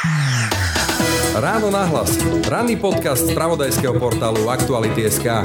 Ráno nahlas. Ranný podcast z spravodajského portálu Aktuality.sk.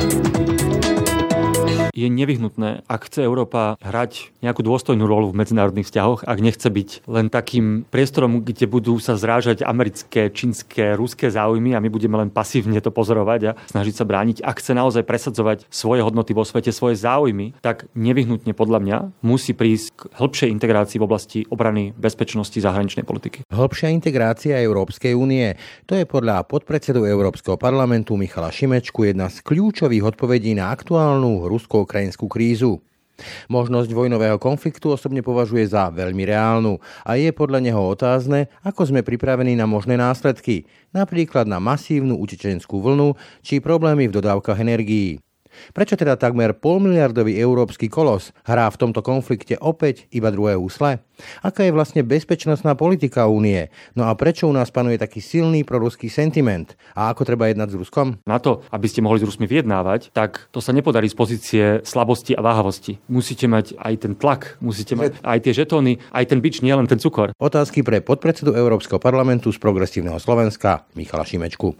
Je nevyhnutné, ak chce Európa hrať nejakú dôstojnú rolu v medzinárodných vzťahoch, ak nechce byť len takým priestorom, kde budú sa zrážať americké, čínske, ruské záujmy a my budeme len pasívne to pozorovať a snažiť sa brániť. Ak chce naozaj presadzovať svoje hodnoty vo svete, svoje záujmy, tak nevyhnutne podľa mňa musí prísť k hĺbšej integrácii v oblasti obrany, bezpečnosti, zahraničnej politiky. Hĺbšia integrácia Európskej únie. To je podľa podpredsedu Európskeho parlamentu Michala Šimečku jedna z kľúčových odpovedí na aktuálnu rusko-ukrajinskú krízu. Možnosť vojnového konfliktu osobne považuje za veľmi reálnu a je podľa neho otázne, ako sme pripravení na možné následky, napríklad na masívnu utečenskú vlnu či problémy v dodávkach energií. Prečo teda takmer polmiliardový európsky kolos hrá v tomto konflikte opäť iba druhé úsle? Aká je vlastne bezpečnostná politika únie? No a prečo u nás panuje taký silný proruský sentiment? A ako treba jednať s Ruskom? Na to, aby ste mohli s Rusmi vyjednávať, tak to sa nepodarí z pozície slabosti a váhavosti. Musíte mať aj ten tlak, musíte mať aj tie žetóny, aj ten bič, nielen ten cukor. Otázky pre podpredsedu Európskeho parlamentu z Progresívneho Slovenska Michala Šimečku.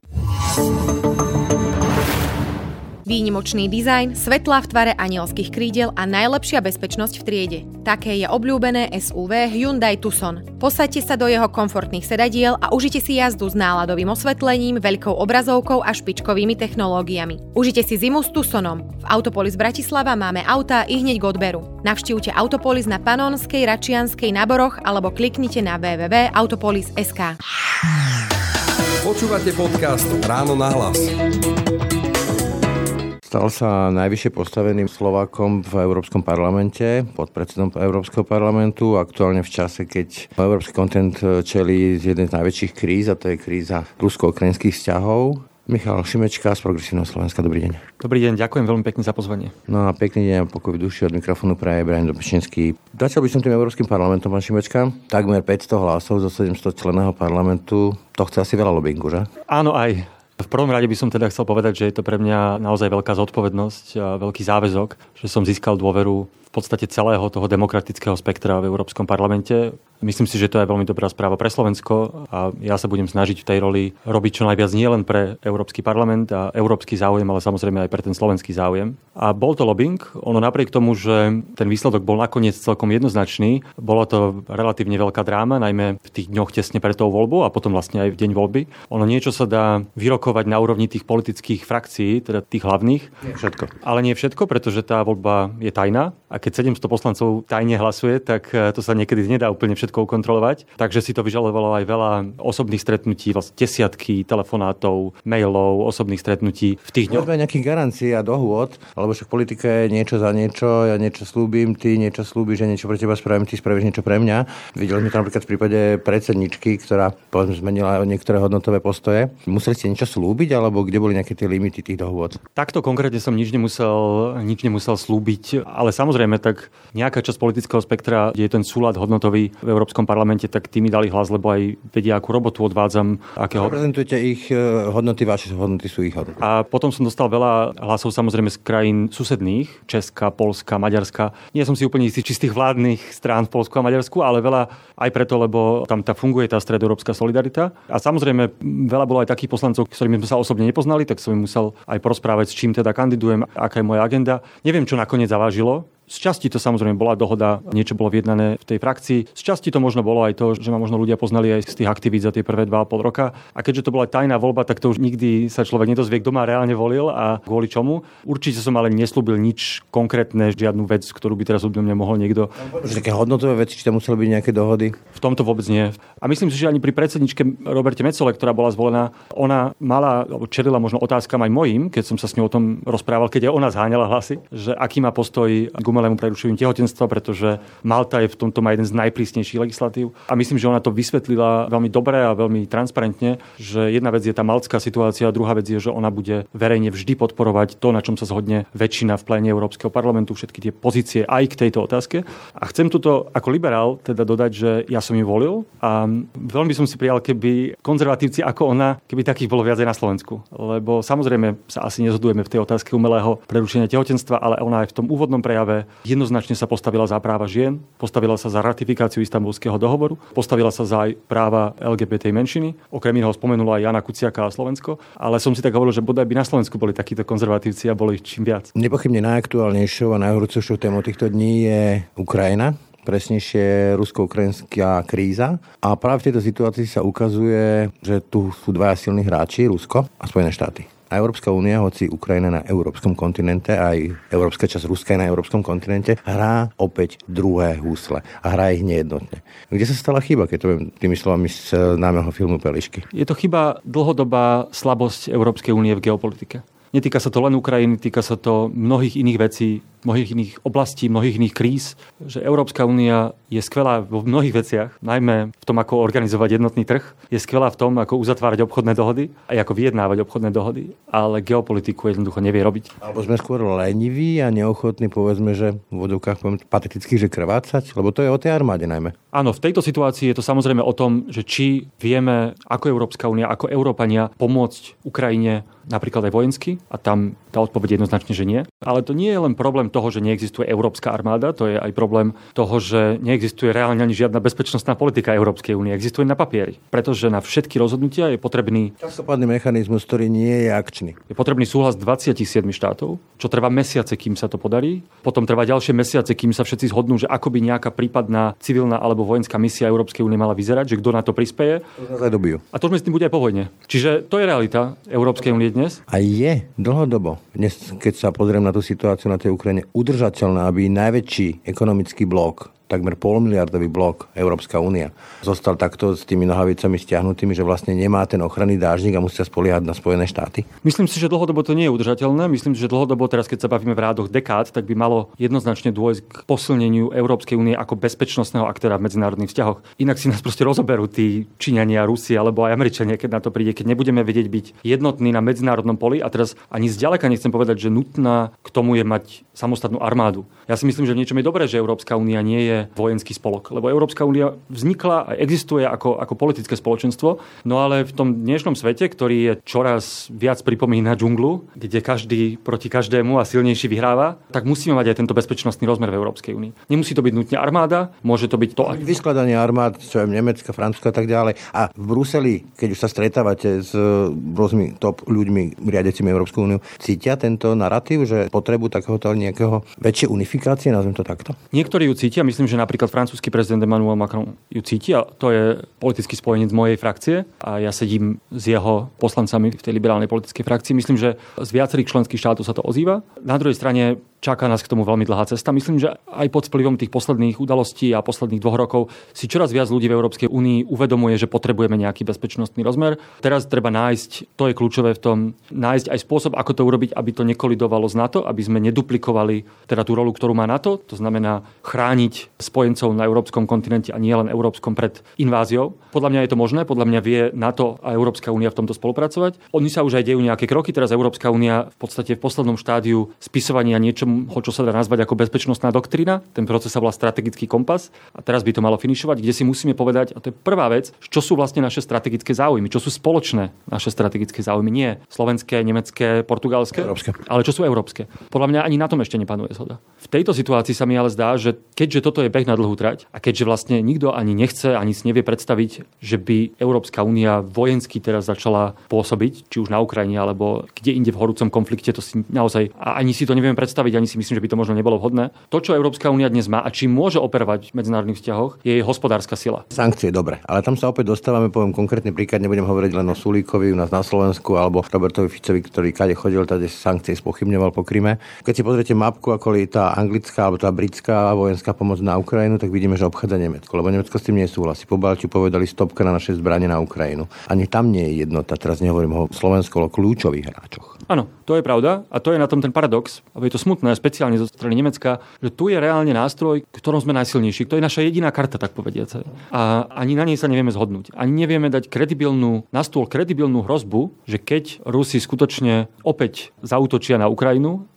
Výnimočný dizajn, svetlá v tvare anielských krídel a najlepšia bezpečnosť v triede. Také je obľúbené SUV Hyundai Tucson. Posaďte sa do jeho komfortných sedadiel a užite si jazdu s náladovým osvetlením, veľkou obrazovkou a špičkovými technológiami. Užite si zimu s Tucsonom. V Autopolis Bratislava máme autá i hneď k odberu. Navštívte Autopolis na Panonskej, Račianskej, na Boroch alebo kliknite na www.autopolis.sk. Počúvate podcast Ráno nahlas. Stal sa najvyššie postaveným Slovákom v Európskom parlamente, podpredsedom Európskeho parlamentu, aktuálne v čase, keď európsky kontinent čelí z jednej z najväčších kríz, a to je kríza rusko-ukrajinských vzťahov. Michal Šimečka z Progresívneho Slovenska, dobrý deň. Dobrý deň, ďakujem veľmi pekne za pozvanie. No a pekný deň a pokoj v duši, od mikrofónu praje Brian Dobešinský. Začal by som tým Európskym parlamentom, pán Šimečka. Takmer 500 hlasov zo 700 členného parlamentu, to chce asi veľa lobbyingu, že? Áno, aj. V prvom rade by som teda chcel povedať, že je to pre mňa naozaj veľká zodpovednosť a veľký záväzok, že som získal dôveru v podstate celého toho demokratického spektra v Európskom parlamente. Myslím si, že to je veľmi dobrá správa pre Slovensko a ja sa budem snažiť v tej roli robiť čo najviac nielen pre Európsky parlament a európsky záujem, ale samozrejme aj pre ten slovenský záujem. A bol to lobbying, ono napriek tomu, že ten výsledok bol nakoniec celkom jednoznačný, bola to relatívne veľká dráma, najmä v tých dňoch tesne pred tou voľbou a potom vlastne aj v deň voľby. Ono niečo sa dá vyrokovať na úrovni tých politických frakcií, teda tých hlavných. Nie všetko. Ale nie všetko, pretože tá voľba je tajná a keď 700 poslancov tajne hlasuje, tak to sa niekedy nedá úplne všetko kontrolovať. Takže si to vyžadovalo aj veľa osobných stretnutí, vlastne desiatky telefonátov, mailov, osobných stretnutí v tých dňoch. Máme nejakých garancií a dohôd, alebo však politika je niečo za niečo, ja niečo slúbim, ty niečo slúbiš, ja niečo pre teba spravím, ty spravíš niečo pre mňa. Videli sme to napríklad v prípade predsedničky, ktorá povedzme zmenila niektoré hodnotové postoje. Museli ste niečo slúbiť, alebo kde boli nejaké tie limity tých dohôd? Takto konkrétne som nič nemusel slúbiť, ale samozrejme tak nejaká časť politického spektra, kde je ten súlad hodnotový v Európskom parlamente, tak tí mi dali hlas, lebo aj vedia, akú robotu odvádzam. Reprezentujete ich hodnoty, vaše hodnoty sú ich hodnoty. A potom som dostal veľa hlasov samozrejme z krajín susedných, Česka, Poľska, Maďarska. Nie som si úplne istý, či z tých vládnych strán v Poľsku a Maďarsku, ale veľa aj preto, lebo tam funguje tá stredoeurópska solidarita. A samozrejme veľa bolo aj takých poslancov, s ktorými sme sa osobne nepoznali, tak som im musel aj porozprávať, s čím teda kandidujem, aká je moja agenda. Neviem, čo nakoniec zavážilo. Z časti to samozrejme bola dohoda, niečo bolo vyjednané v tej frakcii. Z časti to možno bolo aj to, že ma možno ľudia poznali aj z tých aktivít za tie prvé 2,5 roka. A keďže to bola tajná voľba, tak to už nikdy sa človek nedozvie, kto ma reálne volil a kvôli čomu. Určite som ale neslúbil nič konkrétne, žiadnu vec, ktorú by teraz odo mňa mohol niekto. Také hodnotové veci, či tam museli byť nejaké dohody? V tomto vôbec nie. A myslím si, že ani pri predsedničke Roberte Metsole, ktorá bola zvolená, ona čelila možno otázkam aj mojím, keď som sa s ňou o tom rozprával, keď aj ona zháňala hlasy, že aký má postoj k umelému prerušeniu tehotenstva, pretože Malta je v tomto má jeden z najprísnejších legislatív. A myslím, že ona to vysvetlila veľmi dobre a veľmi transparentne, že jedna vec je tá maltská situácia, a druhá vec je, že ona bude verejne vždy podporovať to, na čom sa zhodne väčšina v pléne Európskeho parlamentu, všetky tie pozície aj k tejto otázke. A chcem tuto ako liberál teda dodať, že ja som ju volil a veľmi som si prijal, keby konzervatívci ako ona, keby takých bolo viac aj na Slovensku. Lebo samozrejme sa asi nezhodujeme v tej otázke umelého prerušenia tehotenstva, ale ona aj v tom úvodnom prejave jednoznačne sa postavila za práva žien, postavila sa za ratifikáciu Istanbulského dohovoru, postavila sa za aj práva LGBT menšiny. Okrem iného spomenula aj Jana Kuciaka a Slovensko, ale som si tak hovoril, že bodaj by na Slovensku boli takíto konzervatívci a bolo ich čím viac. Nepochybne najaktuálnejšou a najhorúcejšou témou týchto dní je Ukrajina. Presnejšie rusko-ukrajinská kríza. A práve v tejto situácii sa ukazuje, že tu sú dvaja silní hráči, Rusko a Spojené štáty. A Európska únia, hoci Ukrajina na európskom kontinente, aj európska časť Ruska je na európskom kontinente, hrá opäť druhé husle. A hrá ich nejednotne. Kde sa stala chyba, keď to viem tými slovami z známeho filmu Pelišky? Je to chyba dlhodobá slabosť Európskej únie v geopolitike. Netýka sa to len Ukrajiny, týka sa to mnohých iných vecí, mnohých iných oblastí, mnohých iných kríz, že Európska únia je skvelá vo mnohých veciach, najmä v tom, ako organizovať jednotný trh, je skvelá v tom, ako uzatvárať obchodné dohody a ako vyjednávať obchodné dohody, ale geopolitiku jednoducho nevie robiť. Alebo sme skôr leniví a neochotní, povedzme, že v vodovkách poviem pateticky, že krvácať, lebo to je o tej armáde najmä. Áno, v tejto situácii je to samozrejme o tom, že či vieme ako Európska únia, ako Európania pomôcť Ukrajine napríklad aj vojensky, a tam tá odpoveď je jednoznačne, že nie. Ale to nie je len problém toho, že neexistuje európska armáda, to je aj problém toho, že neexistuje reálne ani žiadna bezpečnostná politika Európskej únie. Existuje na papieri, pretože na všetky rozhodnutia je potrebný časopádny mechanizmus, ktorý nie je akčný. Je potrebný súhlas 27 štátov, čo trvá mesiace, kým sa to podarí. Potom trvá ďalšie mesiace, kým sa všetci zhodnú, že ako by nejaká prípadná civilná alebo vojenská misia Európskej únie mala vyzerať, že kto na to prispeje. A to už s tým bude aj po vojne. Čiže to je realita Európskej únie dnes. A je dlhodobo, dnes, keď sa pozriem na tú situáciu na tej Ukrajine, udržateľná, aby najväčší ekonomický blok, takmer polmiliardový blok Európska únia, zostal takto s tými nohavicami stiahnutými, že vlastne nemá ten ochranný dážnik a musí sa spoliehať na Spojené štáty? Myslím si, že dlhodobo to nie je udržateľné. Myslím si, že dlhodobo teraz, keď sa bavíme v rádoch dekád, tak by malo jednoznačne dôjsť k posilneniu Európskej únie ako bezpečnostného aktéra v medzinárodných vzťahoch. Inak si nás proste rozoberú tí Číňania, Rusi alebo aj Američania, keď na to príde, keď nebudeme vedieť byť jednotní na medzinárodnom poli. A teraz ani zďaleka nechcem povedať, že nutná k tomu je mať samostatnú armádu. Ja si myslím, že v niečom je dobré, že Európska únia nie je vojenský spolok, lebo Európska únia vznikla a existuje ako politické spoločenstvo, no ale v tom dnešnom svete, ktorý je čoraz viac pripomína džunglu, kde každý proti každému a silnejší vyhráva, tak musíme mať aj tento bezpečnostný rozmer v Európskej únii. Nemusí to byť nutne armáda, môže to byť to aj vyskladanie armád, čo je Nemecka, Francúzska a tak ďalej. A v Bruseli, keď už sa stretávate s rôznymi top ľuďmi riadiacimi Európsku úniu, cítia tento narratív, že potrebu takéhoto nejakého väčšej unifikácie, nazvem to takto? Niektorí ju cítia, myslím, že napríklad francúzsky prezident Emmanuel Macron ju cíti a to je politický spojenec mojej frakcie a ja sedím s jeho poslancami v tej liberálnej politickej frakcii. Myslím, že z viacerých členských štátov sa to ozýva. Na druhej strane čaká nás k tomu veľmi dlhá cesta. Myslím, že aj pod vplyvom tých posledných udalostí a posledných 2 rokov si čoraz viac ľudí v Európskej únii uvedomuje, že potrebujeme nejaký bezpečnostný rozmer. Teraz treba nájsť, to je kľúčové v tom, nájsť aj spôsob, ako to urobiť, aby to nekolidovalo z NATO, aby sme neduplikovali teda tú rolu, ktorú má NATO, to znamená chrániť spojencov na európskom kontinente a nie len európskom pred inváziou. Podľa mňa je to možné, podľa mňa vie NATO a Európska únia v tomto spolupracovať. Oni sa už aj dejú nejaké kroky, teraz Európska únia v podstate v poslednom štádiu spisovania niečomu, čo sa dá nazvať ako bezpečnostná doktrína. Ten proces sa volá strategický kompas a teraz by to malo finišovať, kde si musíme povedať, a to je prvá vec, čo sú vlastne naše strategické záujmy, čo sú spoločné naše strategické záujmy, nie slovenské, nemecké, portugalské, európske, ale čo sú európske. Podľa mňa ani na tom ešte nepanuje zhoda. V tejto situácii sa mi ale zdá, že keďže toto je beh na dlhú trať a keďže vlastne nikto ani nechce, ani si nevie predstaviť, že by Európska únia vojensky teraz začala pôsobiť, či už na Ukrajine alebo kde inde v horúcom konflikte, to si naozaj a ani si to nevieme predstaviť, ani si myslím, že by to možno nebolo vhodné. To, čo Európska únia dnes má a čím môže operovať v medzinárodných vzťahoch, je jej hospodárska sila. Sankcie, dobre, ale tam sa opäť dostávame, poviem konkrétny príklad, nebudem hovoriť len o Sulíkovi u nás na Slovensku alebo Robertovi Ficovi, ktorý kade chodil, tady sankcie spochybňoval po Kryme. Keď si pozriete mapku, ako je tá anglická alebo tá britská vojenská pomoc na Ukrajinu, tak vidíme, že obchádza Nemecko, lebo Nemecko s tým nesúhlasí. Po Baltiu povedali stopka na naše zbrane na Ukrajinu. Ani tam nie je jednota. Teraz nehovorím o Slovensku, ale o kľúčových hráčoch. Áno, to je pravda a to je na tom ten paradox, a je to smutné, speciálne zo strany Nemecka, že tu je reálne nástroj, ktorom sme najsilnejší. To je naša jediná karta, tak povediac. A ani na nej sa nevieme zhodnúť. Ani nevieme dať kredibilnú hrozbu, že keď Rusi skutočne opäť zaútočia na Ukrajinu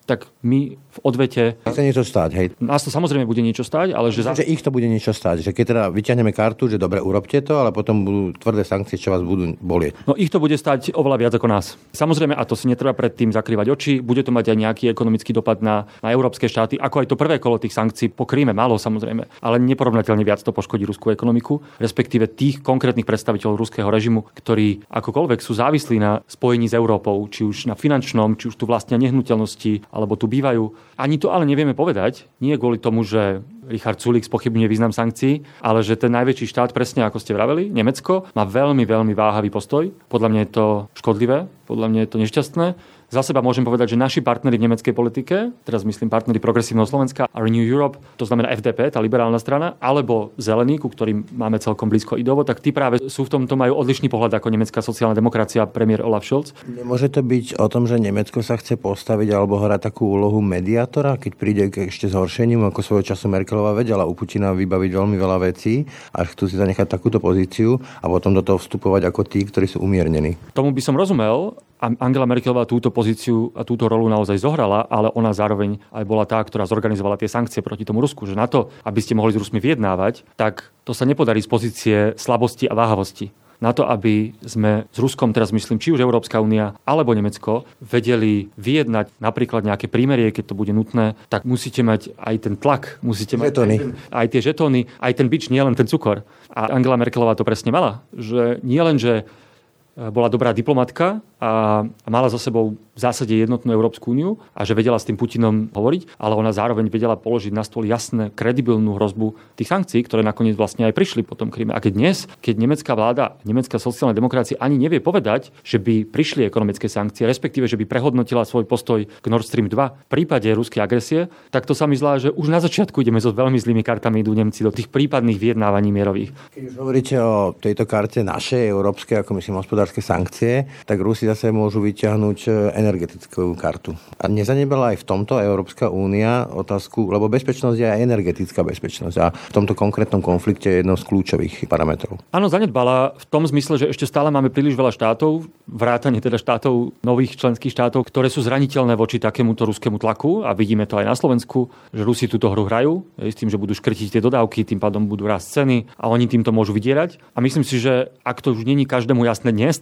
tak my v odvete... Chce niečo stáť, hej? Nás to samozrejme bude niečo stáť, ale že... Že ich to bude niečo stáť. Že keď teda vyťahneme kartu, že dobre, urobte to, ale potom budú tvrdé sankcie, čo vás budú bolieť. No ich to bude stáť oveľa viac ako nás. Samozrejme, a to si netreba predtým zakrývať oči, bude to mať aj nejaký ekonomický dopad na európske štáty, ako aj to prvé kolo tých sankcií pokryjeme málo samozrejme, ale neporovnateľne viac to poškodí ruskú ekonomiku, respektíve tých konkrétnych predstaviteľov ruského režimu, ktorí akokoľvek sú závislí na spojení s Európou, či už na finančnom, či už tu vlastnia nehnuteľnosti, alebo tu bývajú. Ani to ale nevieme povedať, nie kvôli tomu, že Richard Sulík spochybňuje význam sankcií, ale že ten najväčší štát, presne ako ste vraveli, Nemecko, má veľmi, veľmi váhavý postoj. Podľa mňa je to škodlivé, podľa mňa je to nešťastné. Za seba môžem povedať, že naši partneri v nemeckej politike, teraz myslím partneri Progresívneho Slovenska a Renew Europe, to znamená FDP, tá liberálna strana, alebo Zelení, ku ktorým máme celkom blízko idovo, tak tí práve sú v tomto, majú odlišný pohľad ako nemecká sociálna demokracia, premiér Olaf Scholz. Nemôže to byť o tom, že Nemecko sa chce postaviť alebo hrať takú úlohu mediátora, keď príde k ešte zhoršeniu, ako svojho času Merkelová vedela u Putina vybaviť veľmi veľa vecí a chcú si zanechať takúto pozíciu a potom do toho vstupovať ako tí, ktorí sú umiernení. Tomu by som rozumel. Angela Merkelová túto pozíciu a túto rolu naozaj zohrala, ale ona zároveň aj bola tá, ktorá zorganizovala tie sankcie proti tomu Rusku, že na to, aby ste mohli s Rusmi vyjednávať, tak to sa nepodarí z pozície slabosti a váhavosti. Na to, aby sme s Ruskom, teraz myslím, či už Európska únia alebo Nemecko, vedeli vyjednať napríklad nejaké prímerie, keď to bude nutné, tak musíte mať aj ten tlak, musíte mať aj tie žetóny, aj ten bič, nie len ten cukor. A Angela Merkelová to presne mala, že nie len, že bola dobrá diplomatka a mala za sebou v zásade jednotnú Európsku úniu a že vedela s tým Putinom hovoriť, ale ona zároveň vedela položiť na stôl jasné, kredibilnú hrozbu tých sankcií, ktoré nakoniec vlastne aj prišli po tom Kryme. A keď nemecká vláda, nemecká sociálna demokracia ani nevie povedať, že by prišli ekonomické sankcie, respektíve že by prehodnotila svoj postoj k Nord Stream 2 v prípade ruskej agresie, tak to sa mi zdá, že už na začiatku ideme so veľmi zlými kartami, idú Nemci do tých prípadných vyjednávaní mierových. Keď už hovoríte o tejto karte našej európskej, ako myslím hospodárske sankcie, tak Rusi zase môžu vyťahnuť energetickú kartu. A nezanedbala aj v tomto Európska únia otázku, lebo bezpečnosť je aj energetická bezpečnosť a v tomto konkrétnom konflikte je jednou z kľúčových parametrov. Áno, zanedbala v tom zmysle, že ešte stále máme príliš veľa štátov, vrátane teda štátov, nových členských štátov, ktoré sú zraniteľné voči takémuto ruskému tlaku a vidíme to aj na Slovensku, že Rusi túto hru hrajú, s tým, že budú škrtiť tie dodávky, tým pádom budú rásť ceny a oni týmto môžu vydierať. A myslím si, že ak to už není každému jasné dnes,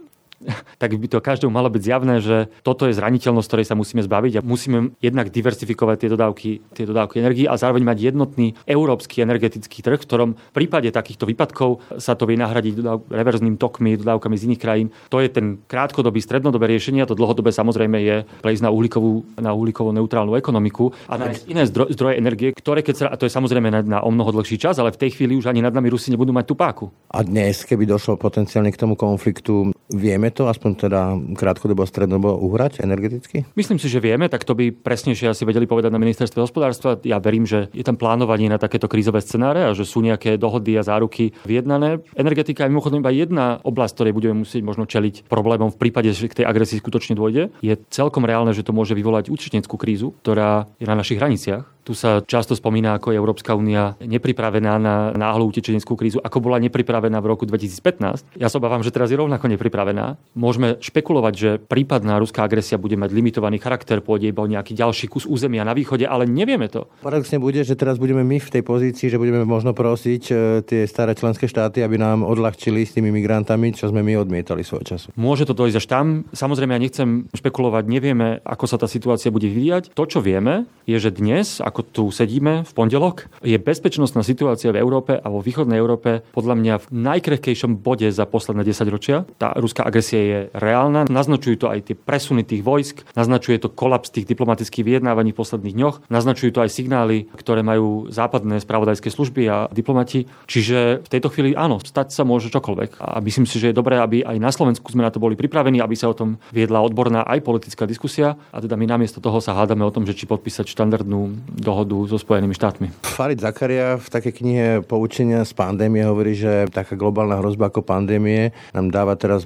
tak by to každému malo byť zjavné, že toto je zraniteľnosť, ktorej sa musíme zbaviť a musíme jednak diversifikovať tie dodávky energií a zároveň mať jednotný európsky energetický trh, v ktorom v prípade takýchto výpadkov sa to vie nahradiť reverzným tokmi, dodávkami z iných krajín. To je ten krátkodobý, strednodobé riešenie a to dlhodobé samozrejme je prejsť na uhlíkovo neutrálnu ekonomiku a nájsť iné zdroje energie, ktoré a to je samozrejme na o mnoho dlhší čas, ale v tej chvíli už ani nad nami Rusi nebudú mať tú páku. A dnes, keby došlo potenciálne k tomu konfliktu, vieme to aspoň teda krátkodobo, strednodobo uhrať energeticky? Myslím si, že vieme, tak to by presnejšie asi vedeli povedať na ministerstve hospodárstva. Ja verím, že je tam plánovanie na takéto krízové scenáre a že sú nejaké dohody a záruky vyjednané. Energetika je mimochodom iba jedna oblasť, ktorej budeme musieť možno čeliť problémom v prípade, že k tej agresii skutočne dôjde. Je celkom reálne, že to môže vyvolať utečeneckú krízu, ktorá je na našich hraniciach. Tu sa často spomína, ako je Európska únia nepripravená na náhlu utečeneckú krízu, ako bola nepripravená v roku 2015. Ja sa obávam, že teraz je rovnako nepripravená. Môžeme špekulovať, že prípadná ruská agresia bude mať limitovaný charakter, pôjde iba o nejaký ďalší kus územia na východe, ale nevieme to. Paradoxne bude, že teraz budeme my v tej pozícii, že budeme možno prosiť tie staré členské štáty, aby nám odľahčili s tými migrantami, čo sme my odmietali svoj času. Môže to dojsť až tam. Samozrejme, ja nechcem špekulovať, nevieme, ako sa tá situácia bude vyvíjať. To, čo vieme, je, že dnes, ako tu sedíme v pondelok, je bezpečnostná situácia v Európe a vo východnej Európe podľa mňa v najkrehkejšom bode za posledné 10 ročia. Tá ruská agresia je reálna. Naznačujú to aj tie presuny tých vojsk, naznačuje to kolaps tých diplomatických vyjednávaní v posledných dňoch, naznačujú to aj signály, ktoré majú západné spravodajské služby a diplomati. Čiže v tejto chvíli áno, stať sa môže čokoľvek. A myslím si, že je dobré, aby aj na Slovensku sme na to boli pripravení, aby sa o tom viedla odborná aj politická diskusia a teda my namiesto toho sa hádame o tom, že či podpísať štandardnú dohodu so Spojenými štátmi. Farid Zakaria v takej knihe Poučenia z pandémie hovorí, že taká globálna hrozba ako pandémie nám dáva teraz možnosť voľby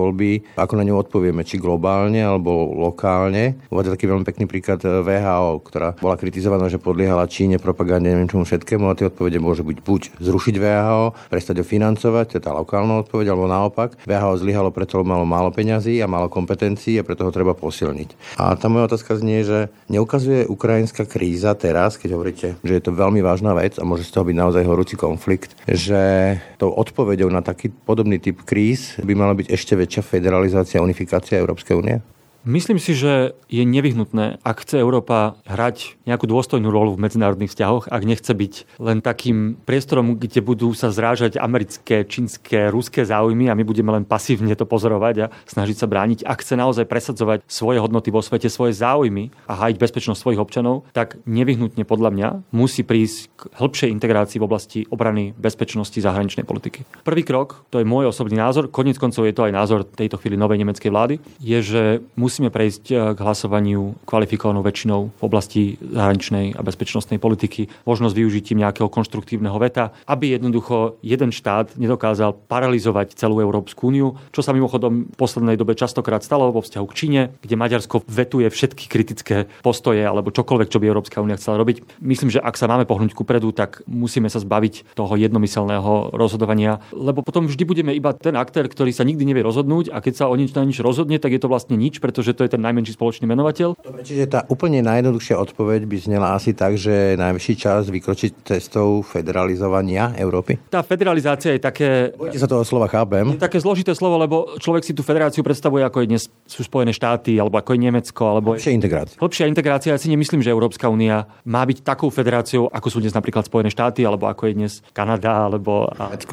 voľby, ako na ňu odpovieme, či globálne alebo lokálne. Uvádza taký veľmi pekný príklad WHO, ktorá bola kritizovaná, že podliehala Číne, propagande, neviem čomu všetkému, a tie odpovede môže byť buď zrušiť WHO, prestať ho financovať, to je tá lokálna odpoveď, alebo naopak. WHO zlyhalo, preto malo málo peňazí a málo kompetencií a preto ho treba posilniť. A tá moja otázka znie, že neukazuje ukrajinská kríza teraz, keď hovoríte, že je to veľmi vážna vec a môže z toho byť naozaj horúci konflikt, že tou odpoveďou na taký podobný typ kríz by mala byť ešte väčšia federalizácia, unifikácia Európskej únie? Myslím si, že je nevyhnutné, ak chce Európa hrať nejakú dôstojnú rolu v medzinárodných vzťahoch, ak nechce byť len takým priestorom, kde budú sa zrážať americké, čínske, ruské záujmy a my budeme len pasívne to pozorovať a snažiť sa brániť. Ak chce naozaj presadzovať svoje hodnoty vo svete, svoje záujmy a hájiť bezpečnosť svojich občanov, tak nevyhnutne podľa mňa musí prísť k hĺbšej integrácii v oblasti obrany, bezpečnosti, zahraničnej politiky. Prvý krok, to je môj osobný názor, koniec koncov je to aj názor tejto chvíli novej nemeckej vlády, je, že musíme prejsť k hlasovaniu kvalifikovanou väčšinou v oblasti zahraničnej a bezpečnostnej politiky, možnosť využitím nejakého konštruktívneho veta, aby jednoducho jeden štát nedokázal paralyzovať celú Európsku úniu, čo sa mimochodom v poslednej dobe častokrát stalo vo vzťahu k Číne, kde Maďarsko vetuje všetky kritické postoje alebo čokoľvek, čo by Európska únia chcela robiť. Myslím, že ak sa máme pohnúť kupredu, tak musíme sa zbaviť toho jednomyselného rozhodovania, lebo potom vždy budeme iba ten aktér, ktorý sa nikdy nevie rozhodnúť, a keď sa o nič na nič rozhodne, tak je to vlastne nič, pretože to je ten najmenší spoločný menovateľ. Dobre, čiže tá úplne najjednoduchšia odpoveď by znela asi tak, že najvyšší čas vykročiť cestou federalizovania Európy? Tá federalizácia je také... Bojte sa toho slova, chápem. Je také zložité slovo, lebo človek si tú federáciu predstavuje, ako je dnes sú Spojené štáty, alebo ako je Nemecko, alebo hĺbšia integrácia. Ja si nemyslím, že Európska únia má byť takou federáciou, ako sú dnes napríklad Spojené štáty, alebo ako je dnes Kanada, alebo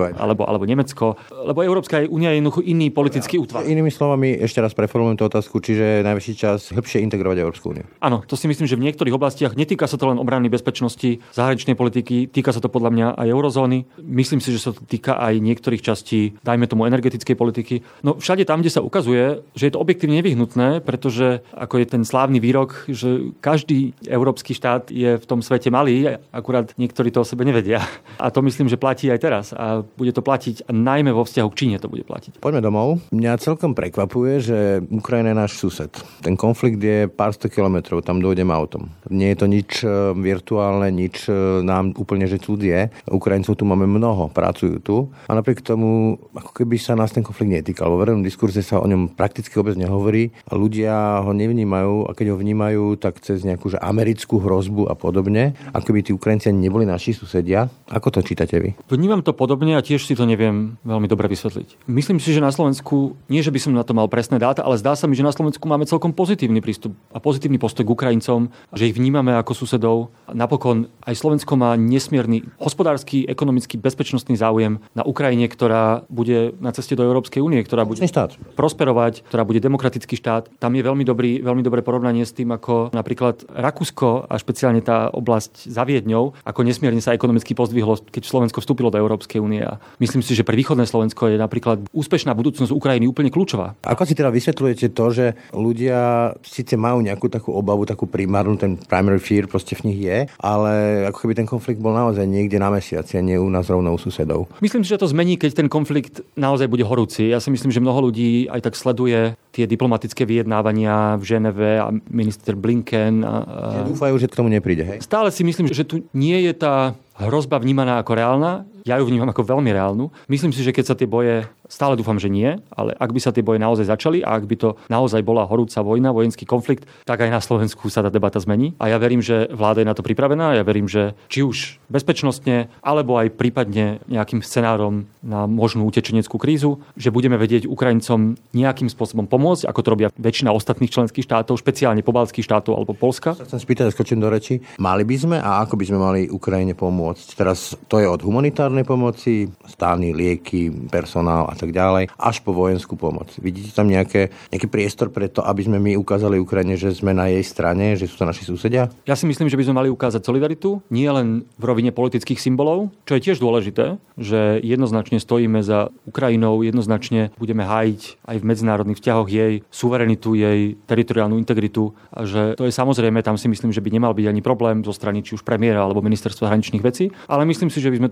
Nemecko. Lebo Európska únia je jednoducho iný politický útvar. Inými slovami, ešte raz preformulujem tú otázku, čiže najvyšší čas hĺbšie integrovať Európsku úniu. Áno, to si myslím, že v niektorých oblastiach netýka sa to len obrany, bezpečnosti, zahraničnej politiky, týka sa to podľa mňa aj eurozóny. Myslím si, že sa to týka aj niektorých častí, dajme tomu energetickej politiky. No všade tam, kde sa ukazuje, že je to objektívne nevyhnutné, pretože ako je ten slávny výrok, že každý európsky štát je v tom svete malý, akurát niektorí to o sebe nevedia. A to myslím, že platí aj teraz a bude to platiť, a najmä vo vzťahu k Číne to bude platiť. Poďme domov. Mňa celkom prekvapuje, že Ukrajina je náš sused. Ten konflikt je pár 100 kilometrov, tam dojdem autom. Nie je to nič virtuálne, nič nám úplne že cudzie. Ukrajincov tu máme mnoho, pracujú tu a napriek tomu, ako keby sa nás ten konflikt netýkal. Vo verejnom diskurze sa o ňom prakticky vôbec nehovorí a ľudia ho nevnímajú, a keď ho vnímajú, tak cez nejakú že americkú hrozbu a podobne. Ako by tí Ukrajinci neboli naši susedia. Ako to čítate vy? Vnímam to podobne a tiež si to neviem veľmi dobre vysvetliť. Myslím si, že na Slovensku, nie že by som na to mal presné dáta, ale zdá sa mi, že na Slovensku máme celkom pozitívny prístup a pozitívny postoj k Ukrajincom, že ich vnímame ako susedov. Napokon aj Slovensko má nesmierny hospodársky, ekonomický, bezpečnostný záujem na Ukrajine, ktorá bude na ceste do Európskej únie, ktorá bude prosperovať, ktorá bude demokratický štát. Tam je veľmi dobré porovnanie s tým, ako napríklad Rakúsko a špeciálne tá oblasť za Viedňou, ako nesmierne sa ekonomicky pozdvihlo, keď Slovensko vstúpilo do Európskej únie. A myslím si, že pre východné Slovensko je napríklad úspešná budúcnosť Ukrajiny úplne kľúčová. Ako si teda vysvetľujete to, že ľudia síce majú nejakú takú obavu, takú primárnu, ten primary fear proste v nich je, ale ako keby ten konflikt bol naozaj niekde na mesiaci a nie u nás rovno u susedov? Myslím si, že to zmení, keď ten konflikt naozaj bude horúci. Ja si myslím, že mnoho ľudí aj tak sleduje tie diplomatické vyjednávania v Ženeve a minister Blinken. Dúfajú, že k tomu nepríde, hej? Stále si myslím, že tu nie je tá hrozba vnímaná ako reálna. Ja ju vnímam ako veľmi reálnu. Myslím si, že keď sa tie boje, stále dúfam, že nie, ale ak by sa tie boje naozaj začali a ak by to naozaj bola horúca vojna, vojenský konflikt, tak aj na Slovensku sa tá debata zmení. A ja verím, že vláda je na to pripravená. Ja verím, že či už bezpečnostne, alebo aj prípadne nejakým scenárom na možnú utečeneckú krízu, že budeme vedieť Ukrajincom nejakým spôsobom pomôcť, ako to robia väčšina ostatných členských štátov, špeciálne pobaltských štátov alebo Poľska. Chcem spýtať, skočím do reči. Mali by sme a ako by sme mali Ukrajine pomôcť? Teraz to je od humanitárnej pomoci, stány, lieky, personál a tak ďalej, až po vojenskú pomoc. Vidíte tam nejaký priestor pre to, aby sme my ukázali Ukrajine, že sme na jej strane, že sú to naši susedia? Ja si myslím, že by sme mali ukázať solidaritu, nie len v rovine politických symbolov, čo je tiež dôležité, že jednoznačne stojíme za Ukrajinou, jednoznačne budeme hájiť aj v medzinárodných vzťahoch jej suverenitu, jej teritoriálnu integritu, a že to je samozrejme, tam si myslím, že by nemal byť ani problém zo strany či už premiéra alebo ministerstva zahraničných vecí, ale myslím si, že by sme tú solidaritu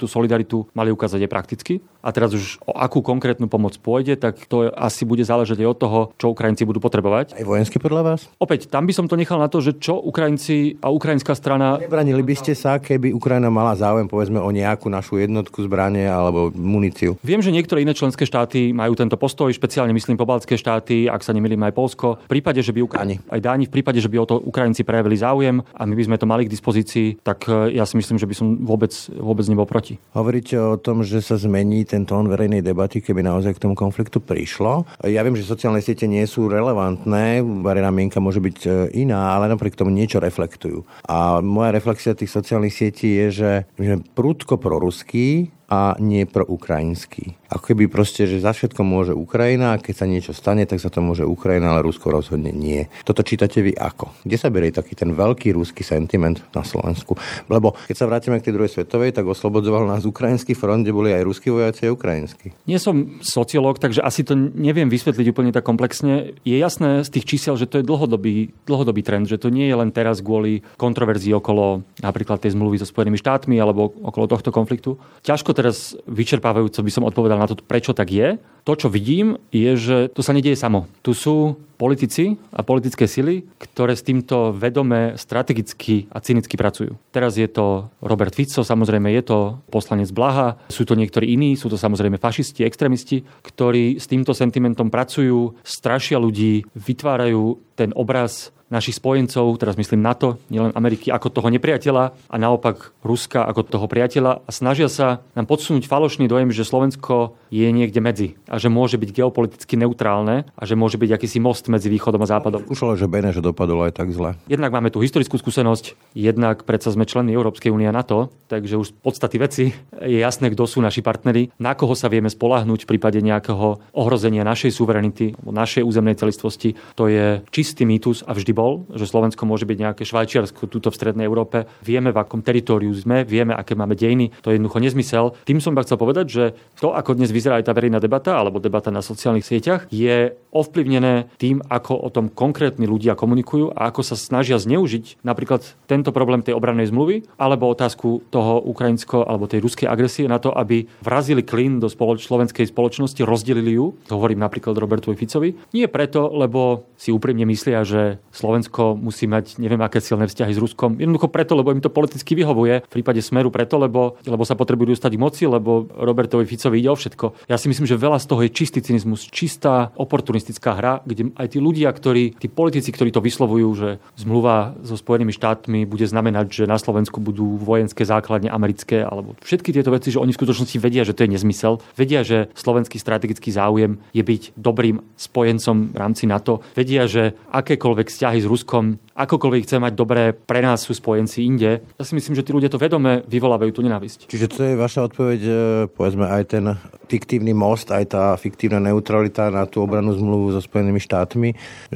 solidaritu mali ukázať aj prakticky. A teraz už o akú konkrétnu pomoc pôjde, tak to asi bude záležať aj od toho, čo Ukrajinci budú potrebovať. Aj vojensky podľa vás? Opäť, tam by som to nechal na to, že čo Ukrajinci a ukrajinská strana... Nebranili by ste sa, keby Ukrajina mala záujem, povedzme, o nejakú našu jednotku zbrane alebo muníciu? Viem, že niektoré iné členské štáty majú tento postoj, špeciálne myslím pobaltské štáty, ak sa nemýlim aj Poľsko. V prípade, že by aj Dáni, v prípade, že by o to Ukrajinci prejavili záujem a my by sme to mali k dispozícii, tak ja si myslím, že by som vôbec nebol proti. Hovoríte o tom, že sa zmení ten tón verejnej debaty, keby naozaj k tomu konfliktu prišlo. Ja viem, že sociálne siete nie sú relevantné, verejná mienka môže byť iná, ale napriek tomu niečo reflektujú. A moja reflexia tých sociálnych sietí je, že my sme prudko proruský a nie pro ukrajinský. Ako keby proste, že za všetko môže Ukrajina a keď sa niečo stane, tak za to môže Ukrajina, ale Rusko rozhodne nie. Toto čítate vy ako? Kde sa berie taký ten veľký ruský sentiment na Slovensku? Lebo keď sa vrátime k tej druhej svetovej, tak oslobodzoval nás ukrajinský front, kde boli aj ruskí vojaci a ukrajinskí. Nie som sociológ, takže asi to neviem vysvetliť úplne tak komplexne. Je jasné z tých čísel, že to je dlhodobý trend, že to nie je len teraz kvôli kontroverzii okolo napríklad tej zmluvy so Spojenými štátmi alebo okolo tohto konfliktu. Ťažko teraz vyčerpávajúco by som odpovedal na to, prečo tak je. To, čo vidím, je, že to sa nedieje samo. Tu sú politici a politické sily, ktoré s týmto vedome, strategicky a cynicky pracujú. Teraz je to Robert Fico, samozrejme je to poslanec Blaha, sú to niektorí iní, sú to samozrejme fašisti, extrémisti, ktorí s týmto sentimentom pracujú, strašia ľudí, vytvárajú ten obraz našich spojencov, teraz myslím NATO, nielen Ameriky, ako toho nepriateľa a naopak Ruska ako toho priateľa a snažia sa nám podsunúť falošný dojem, že Slovensko je niekde medzi a že môže byť geopoliticky neutrálne a že môže byť akýsi most medzi východom a západom. Skúšalo, že Beneš dopadlo aj tak zle. Jednak máme tú historickú skúsenosť, jednak predsa sme členmi Európskej únie a NATO, takže už z podstaty veci je jasné, kto sú naši partneri, na koho sa vieme spoľahnúť v prípade nejakého ohrozenia našej suverenity, našej územnej celistvosti. To je čistý mýtus a vždy bol, že Slovensko môže byť nejaké Švajčiarsko tuto v strednej Európe. Vieme, v akom teritóriu sme, vieme, aké máme dejiny. To je jednoducho nezmysel. Tým som chcel povedať, že to, ako dnes vyzerá aj tá verejná debata alebo debata na sociálnych sieťach, je ovplyvnené tým, ako o tom konkrétni ľudia komunikujú a ako sa snažia zneužiť napríklad tento problém tej obrannej zmluvy alebo otázku toho ukrajinsko alebo tej ruskej agresie na to, aby vrazili klin do slovenskej spoločnosti, rozdelili ju. To hovorím napríklad Robertovi Ficovi. Nie preto, lebo si úprimne myslia, že Slovensko musí mať neviem aké silné vzťahy s Ruskom. Jednoducho preto, lebo im to politicky vyhovuje. V prípade Smeru preto, lebo sa potrebujú dostať k moci, lebo Robertovi Ficovi ide o všetko. Ja si myslím, že veľa z toho je čistý cynizmus, čistá oportunistická hra, kde aj tí ľudia, tí politici, ktorí to vyslovujú, že zmluva so Spojenými štátmi bude znamenať, že na Slovensku budú vojenské základne americké, alebo všetky tieto veci, že oni v skutočnosti vedia, že to je nezmysel. Vedia, že slovenský strategický záujem je byť dobrým spojencom v rámci NATO. Vedia, že akékoľvek vzťahy s Ruskom, akokoľvek chce mať dobré, pre nás sú spojenci inde. Ja si myslím, že tí ľudia to vedome vyvolávajú tú nenávisť. Čiže to je vaša odpoveď, povedzme aj ten fiktívny most, aj tá fiktívna neutralita na tú obrannú zmluvu so Spojenými štátmi,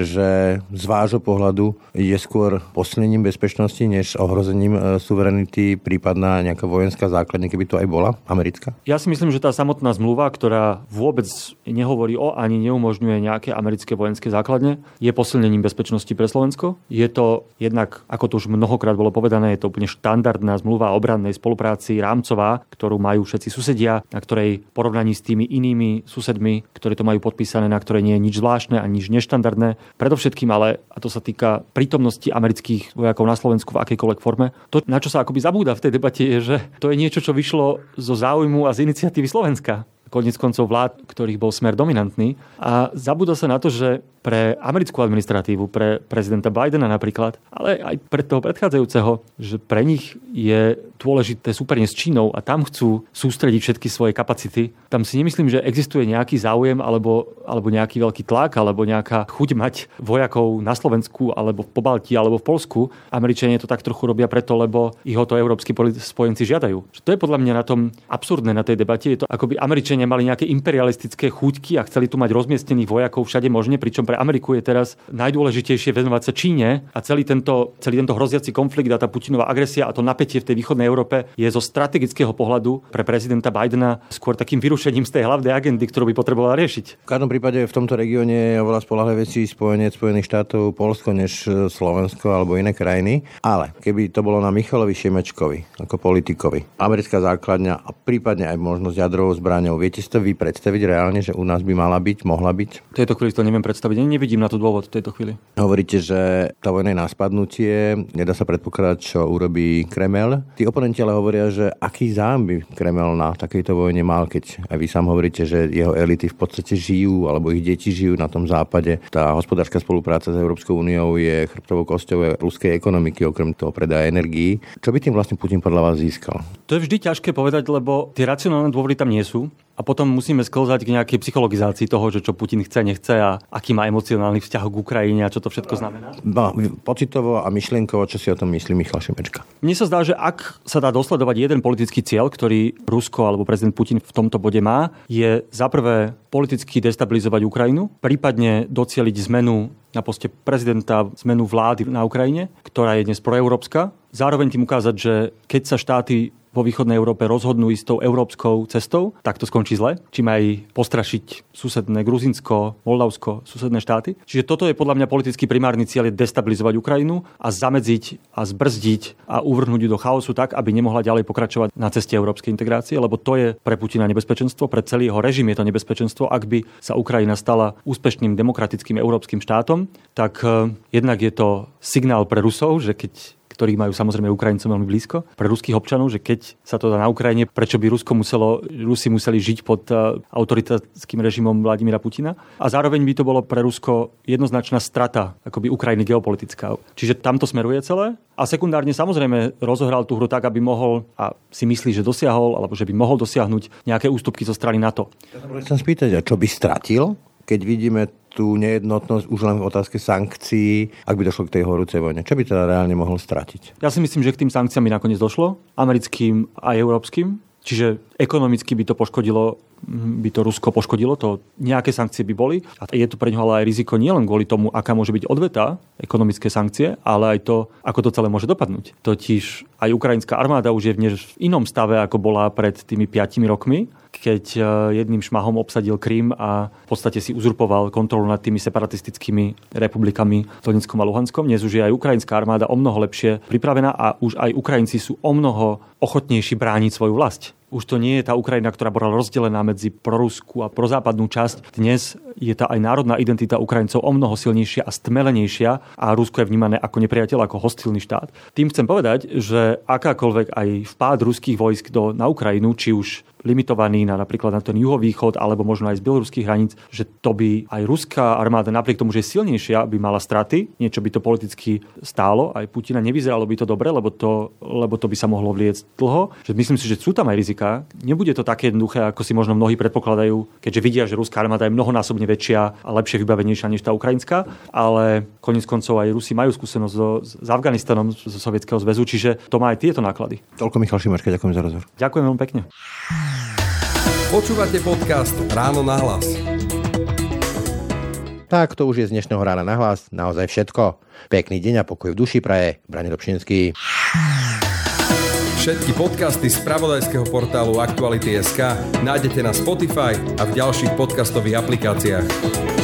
že z vášho pohľadu je skôr posilnením bezpečnosti, než ohrozením suverenity, prípadná nejaká vojenská základňa, keby to aj bola americká? Ja si myslím, že tá samotná zmluva, ktorá vôbec nehovorí o ani neumožňuje nejaké americké vojenské základne, je posilnením bezpečnosti pre Slovensko. Je to jednak, ako to už mnohokrát bolo povedané, je to úplne štandardná zmluva o obrannej spolupráci rámcová, ktorú majú všetci susedia, na ktorej porovnaní s tými inými susedmi, ktorí to majú podpísané, na ktorej nie je nič zvláštne a nič neštandardné. Predovšetkým ale, a to sa týka prítomnosti amerických vojakov na Slovensku v akejkoľvek forme, to, na čo sa akoby zabúda v tej debate, je, že to je niečo, čo vyšlo zo záujmu a z iniciatívy Slovenska. Koniec koncov vlád, ktorých bol Smer dominantný. A zabúda sa na to, že pre americkú administratívu, pre prezidenta Bidena napríklad, ale aj pre toho predchádzajúceho, že pre nich je dôležité súperne s Čínou a tam chcú sústrediť všetky svoje kapacity. Tam si nemyslím, že existuje nejaký záujem alebo nejaký veľký tlak alebo nejaká chuť mať vojakov na Slovensku alebo v Pobaltí alebo v Poľsku. Američania to tak trochu robia preto, lebo ich o to európski spojenci žiadajú. To je podľa mňa na tom absurdné na tej debate. Je to, akoby Američania Američania mali nejaké imperialistické chuťky a chceli tu mať rozmiestnených vojakov všade možne, pričom pre Ameriku je teraz najdôležitejšie venovať sa Číne a celý tento hroziaci konflikt a tá Putinová agresia a to napätie v tej východnej Európe je zo strategického pohľadu pre prezidenta Bidena skôr takým vyrušením z tej hlavnej agendy, ktorú by potrebovala riešiť. V každom prípade v tomto regióne je oveľa spoľahlivejší spojenec Spojených štátov Poľsko než Slovensko alebo iné krajiny. Ale keby to bolo na Michalovi Šimečkovi ako politikovi, americká základňa a prípadne aj možnosť jadrovou zbraňou, viete si to vy predstaviť reálne, že u nás by mohla byť? V tejto chvíli to neviem predstaviť, ani nevidím na to dôvod v tejto chvíli. Hovoríte, že tá vojna je na spadnutie, nedá sa predpokladať, čo urobí Kremel. Tí oponenti ale hovoria, že aký záujem by Kremel na takejto vojne mal, keď aj vy sám hovoríte, že jeho elity v podstate žijú, alebo ich deti žijú na tom západe. Tá hospodárska spolupráca s Európskou úniou je chrbtovou kosťou ruskej ekonomiky, okrem toho predaja energií. Čo by tým vlastne Putin podľa vás získal? To je vždy ťažké povedať, lebo tie racionálne dôvody tam nie sú. A potom musíme sklzať k nejakej psychologizácii toho, že čo Putin chce, nechce a aký má emocionálny vzťah k Ukrajine a čo to všetko znamená. No, pocitovo a myšlienkovo, čo si o tom myslí Michal Šimečka? Mne sa zdá, že ak sa dá dosledovať jeden politický cieľ, ktorý Rusko alebo prezident Putin v tomto bode má, je za prvé politicky destabilizovať Ukrajinu, prípadne docieliť zmenu na poste prezidenta, zmenu vlády na Ukrajine, ktorá je dnes proeurópska. Zároveň tým ukázať, že keď sa štáty vo východnej Európe rozhodnú istou európskou cestou, tak to skončí zle. Čím aj postrašiť susedné Gruzínsko, Moldavsko, susedné štáty. Čiže toto je podľa mňa politický primárny cieľ, je destabilizovať Ukrajinu a zamedziť a zbrzdiť a uvrhnúť ju do chaosu tak, aby nemohla ďalej pokračovať na ceste európskej integrácie, lebo to je pre Putina nebezpečenstvo, pre celý jeho režim je to nebezpečenstvo. Ak by sa Ukrajina stala úspešným demokratickým európskym štátom, tak jednak je to signál pre Rusov, že ktorí majú samozrejme Ukrajincom veľmi blízko, pre ruských občanov, že keď sa to dá na Ukrajine, prečo by Rusi museli žiť pod autoritárskim režimom Vladimíra Putina. A zároveň by to bolo pre Rusko jednoznačná strata akoby Ukrajiny geopolitická. Čiže tamto smeruje celé. A sekundárne samozrejme rozohral tú hru tak, aby mohol, a si myslí, že dosiahol, alebo že by mohol dosiahnuť nejaké ústupky zo strany NATO. Ja sa chcem spýtať, a čo by stratil, keď vidíme tú nejednotnosť už len v otázke sankcií, ak by došlo k tej horúcej vojne? Čo by teda reálne mohol stratiť? Ja si myslím, že k tým sankciám by nakoniec došlo, americkým a európskym. Čiže ekonomicky by to Rusko poškodilo, to nejaké sankcie by boli. A je tu pre ňoho ale aj riziko nielen kvôli tomu, aká môže byť odveta, ekonomické sankcie, ale aj to, ako to celé môže dopadnúť. Totiž aj ukrajinská armáda už je v inom stave, ako bola pred tými 5 rokmi, keď jedným šmahom obsadil Krym a v podstate si uzurpoval kontrolu nad tými separatistickými republikami Doneckom a Luhanskom. Dnes už je aj ukrajinská armáda o mnoho lepšie pripravená a už aj Ukrajinci sú o mnoho ochotnejší brániť svoju vlast. Už to nie je tá Ukrajina, ktorá bola rozdelená medzi proruskú a prozápadnú časť. Dnes je tá aj národná identita Ukrajincov o mnoho silnejšia a stmelenejšia a Rusko je vnímané ako nepriateľ, ako hostilný štát. Tým chcem povedať, že akákoľvek aj vpád ruských vojsk na Ukrajinu, či už limitovaný napríklad na ten juhovýchod alebo možno aj z bieloruských hraníc, že to by aj ruská armáda napriek tomu, že je silnejšia, by mala straty, niečo by to politicky stálo, aj Putina nevyzeralo by to dobre, lebo to by sa mohlo vliecť dlho. Že myslím si, že sú tam aj rizika. Nebude to také jednoduché, ako si možno mnohí predpokladajú, keďže vidia, že ruská armáda je mnohonásobne väčšia a lepšie vybavenejšia než tá ukrajinská, ale koniec koncov aj Rusi majú skúsenosť s Afganistanom zo Sovietskeho zväzu, čiže to má aj tieto náklady. Toľko Michal Šimečka, ďakujem za rozhovor. Ďakujem veľmi pekne. Počúvate podcast Ráno na hlas. Tak, to už je z dnešného Rána na hlas naozaj všetko. Pekný deň a pokoj v duši praje Braňo Dobšinský. Všetky podcasty z spravodajského portálu Aktuality.sk nájdete na Spotify a v ďalších podcastových aplikáciách.